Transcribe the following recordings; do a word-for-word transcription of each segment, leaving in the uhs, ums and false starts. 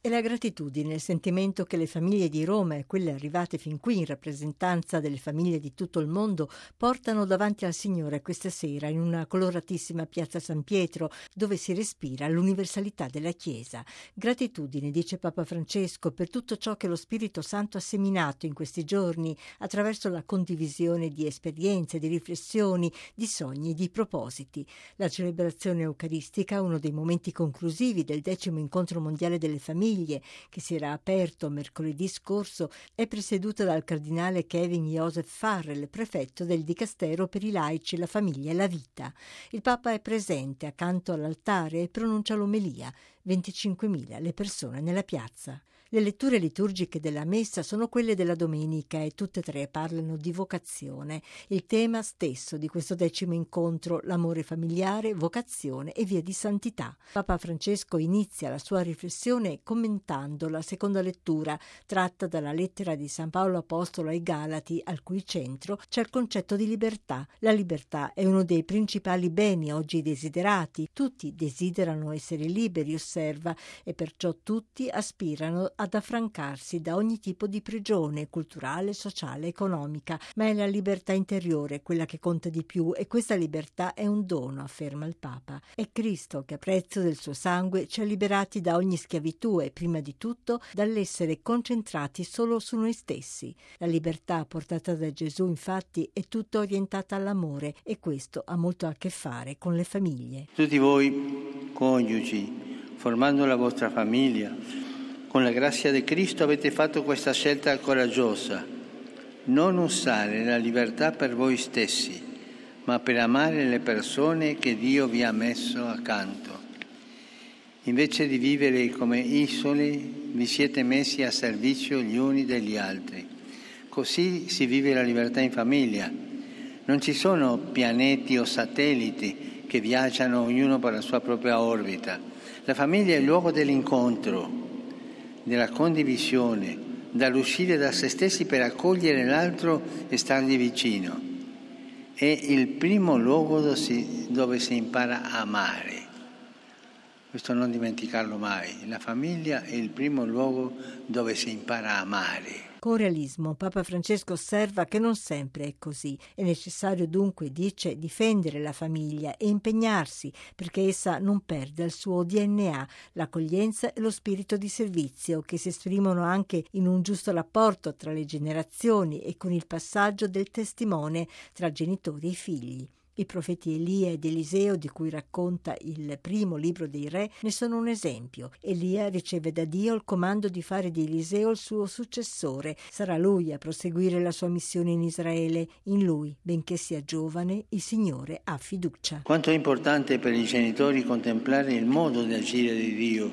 E la gratitudine, il sentimento che le famiglie di Roma e quelle arrivate fin qui in rappresentanza delle famiglie di tutto il mondo portano davanti al Signore questa sera in una coloratissima piazza San Pietro, dove si respira l'universalità della Chiesa. Gratitudine, dice Papa Francesco, per tutto ciò che lo Spirito Santo ha seminato in questi giorni attraverso la condivisione di esperienze, di riflessioni, di sogni e di propositi. La celebrazione eucaristica, uno dei momenti conclusivi del decimo incontro mondiale delle famiglie, che si era aperto mercoledì scorso, è presieduta dal cardinale Kevin Joseph Farrell, prefetto del Dicastero per i laici, la famiglia e la vita. Il Papa è presente accanto all'altare e pronuncia l'omelia. venticinquemila le persone nella piazza. Le letture liturgiche della messa sono quelle della domenica e tutte e tre parlano di vocazione, il tema stesso di questo decimo incontro, l'amore familiare, vocazione e via di santità. Papa Francesco inizia la sua riflessione commentando la seconda lettura tratta dalla lettera di San Paolo Apostolo ai Galati, al cui centro c'è il concetto di libertà. La libertà è uno dei principali beni oggi desiderati. Tutti desiderano essere liberi, osserva, e perciò tutti aspirano ad affrancarsi da ogni tipo di prigione culturale, sociale, economica, ma è la libertà interiore quella che conta di più e questa libertà è un dono, afferma il Papa. È Cristo che a prezzo del suo sangue ci ha liberati da ogni schiavitù e prima di tutto dall'essere concentrati solo su noi stessi. La libertà portata da Gesù infatti è tutta orientata all'amore e questo ha molto a che fare con le famiglie. Tutti voi, coniugi, formando la vostra famiglia, con la grazia di Cristo avete fatto questa scelta coraggiosa: non usare la libertà per voi stessi, ma per amare le persone che Dio vi ha messo accanto. Invece di vivere come isole, vi siete messi a servizio gli uni degli altri. Così si vive la libertà in famiglia. Non ci sono pianeti o satelliti che viaggiano ognuno per la sua propria orbita. La famiglia è il luogo dell'incontro, della condivisione, dall'uscire da se stessi per accogliere l'altro e stargli vicino. È il primo luogo dove si, dove si impara a amare. Questo non dimenticarlo mai. La famiglia è il primo luogo dove si impara a amare. Con realismo, Papa Francesco osserva che non sempre è così. È necessario dunque, dice, difendere la famiglia e impegnarsi perché essa non perda il suo D N A, l'accoglienza e lo spirito di servizio, che si esprimono anche in un giusto rapporto tra le generazioni e con il passaggio del testimone tra genitori e figli. I profeti Elia ed Eliseo, di cui racconta il primo libro dei re, ne sono un esempio. Elia riceve da Dio il comando di fare di Eliseo il suo successore. Sarà lui a proseguire la sua missione in Israele. In lui, benché sia giovane, il Signore ha fiducia. Quanto è importante per i genitori contemplare il modo di agire di Dio.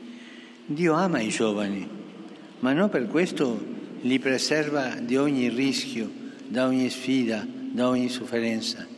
Dio ama i giovani, ma non per questo li preserva di ogni rischio, da ogni sfida, da ogni sofferenza.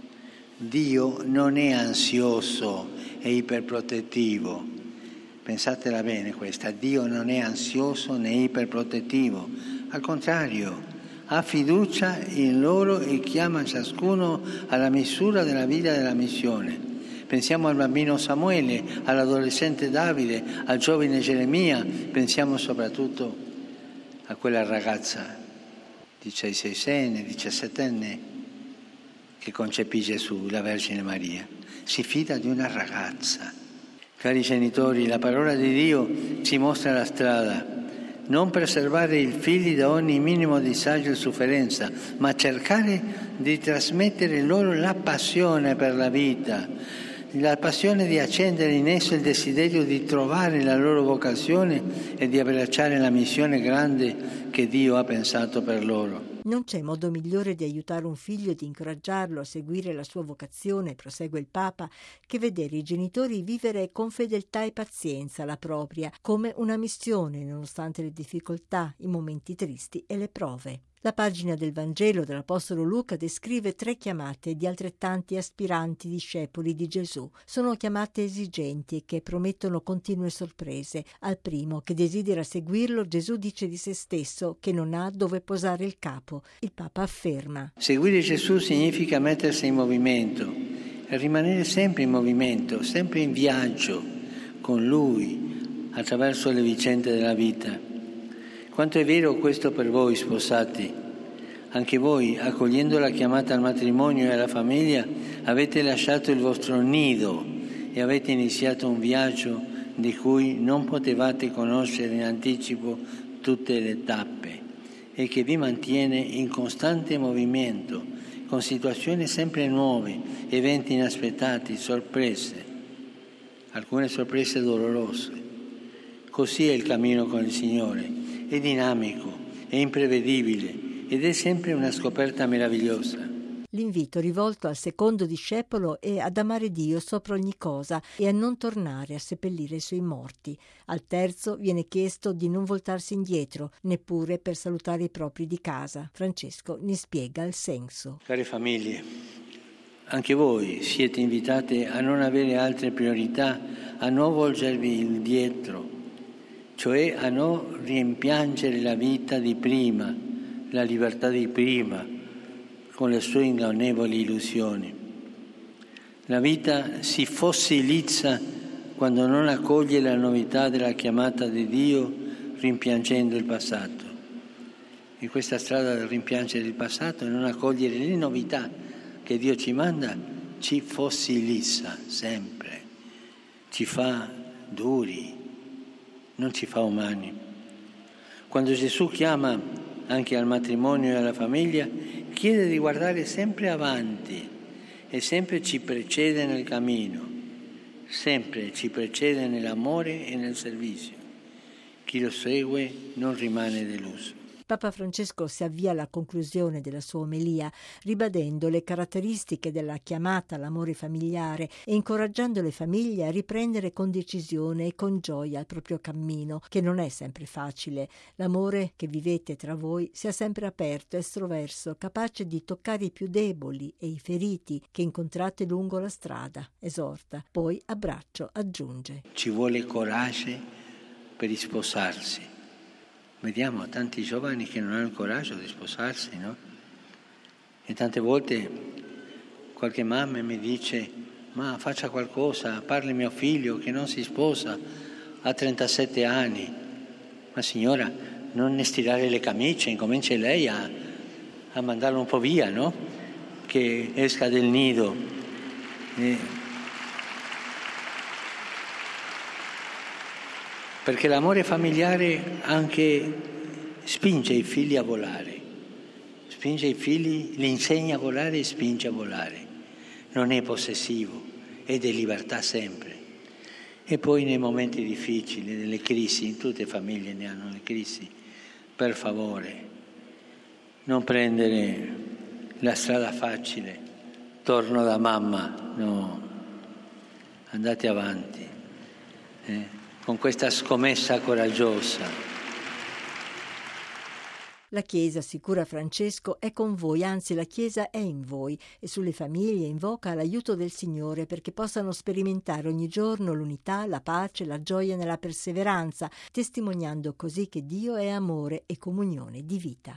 Dio non è ansioso e iperprotettivo. Pensatela bene questa. Dio non è ansioso né iperprotettivo. Al contrario, ha fiducia in loro e chiama ciascuno alla misura della vita e della missione. Pensiamo al bambino Samuele, all'adolescente Davide, al giovane Geremia. Pensiamo soprattutto a quella ragazza diciasseenne, diciassettenne che concepì Gesù, la Vergine Maria. Si fida di una ragazza. Cari genitori, la parola di Dio ci mostra la strada. Non preservare i figli da ogni minimo disagio e sofferenza, ma cercare di trasmettere loro la passione per la vita, la passione di accendere in esso il desiderio di trovare la loro vocazione e di abbracciare la missione grande che Dio ha pensato per loro. Non c'è modo migliore di aiutare un figlio e di incoraggiarlo a seguire la sua vocazione, prosegue il Papa, che vedere i genitori vivere con fedeltà e pazienza la propria, come una missione, nonostante le difficoltà, i momenti tristi e le prove. La pagina del Vangelo dell'Apostolo Luca descrive tre chiamate di altrettanti aspiranti discepoli di Gesù. Sono chiamate esigenti e che promettono continue sorprese. Al primo, che desidera seguirlo, Gesù dice di se stesso che non ha dove posare il capo. Il Papa afferma: seguire Gesù significa mettersi in movimento e rimanere sempre in movimento, sempre in viaggio con Lui, attraverso le vicende della vita. Quanto è vero questo per voi sposati. Anche voi, accogliendo la chiamata al matrimonio e alla famiglia, avete lasciato il vostro nido e avete iniziato un viaggio di cui non potevate conoscere in anticipo tutte le tappe e che vi mantiene in costante movimento, con situazioni sempre nuove, eventi inaspettati, sorprese, alcune sorprese dolorose. Così è il cammino con il Signore, è dinamico, è imprevedibile ed è sempre una scoperta meravigliosa. L'invito rivolto al secondo discepolo è ad amare Dio sopra ogni cosa e a non tornare a seppellire i suoi morti. Al terzo viene chiesto di non voltarsi indietro, neppure per salutare i propri di casa. Francesco ne spiega il senso. Care famiglie, anche voi siete invitate a non avere altre priorità, a non volgervi indietro, cioè a non rimpiangere la vita di prima, la libertà di prima, con le sue ingannevoli illusioni. La vita si fossilizza quando non accoglie la novità della chiamata di Dio, rimpiangendo il passato. In questa strada del rimpiangere il passato e non accogliere le novità che Dio ci manda, ci fossilizza sempre, ci fa duri, non ci fa umani. Quando Gesù chiama anche al matrimonio e alla famiglia, chiede di guardare sempre avanti e sempre ci precede nel cammino, sempre ci precede nell'amore e nel servizio. Chi lo segue non rimane deluso. Papa Francesco si avvia alla conclusione della sua omelia, ribadendo le caratteristiche della chiamata all'amore familiare e incoraggiando le famiglie a riprendere con decisione e con gioia il proprio cammino, che non è sempre facile. L'amore che vivete tra voi sia sempre aperto, estroverso, capace di toccare i più deboli e i feriti che incontrate lungo la strada, esorta. Poi abbraccio, aggiunge. Ci vuole coraggio per sposarsi. Vediamo tanti giovani che non hanno il coraggio di sposarsi, no? E tante volte qualche mamma mi dice: ma faccia qualcosa, parli mio figlio che non si sposa, ha trentasette anni. Ma signora, non ne stirare le camicie, incomincia lei a, a mandarlo un po' via, no? Che esca del nido. E... Perché l'amore familiare anche spinge i figli a volare, spinge i figli, li insegna a volare e spinge a volare. Non è possessivo, è di libertà sempre. E poi nei momenti difficili, nelle crisi, in tutte le famiglie ne hanno le crisi, per favore, non prendere la strada facile, torno da mamma, no, andate avanti. Eh? Con questa scommessa coraggiosa. La Chiesa, assicura Francesco, è con voi, anzi la Chiesa è in voi e sulle famiglie invoca l'aiuto del Signore perché possano sperimentare ogni giorno l'unità, la pace, la gioia nella perseveranza, testimoniando così che Dio è amore e comunione di vita.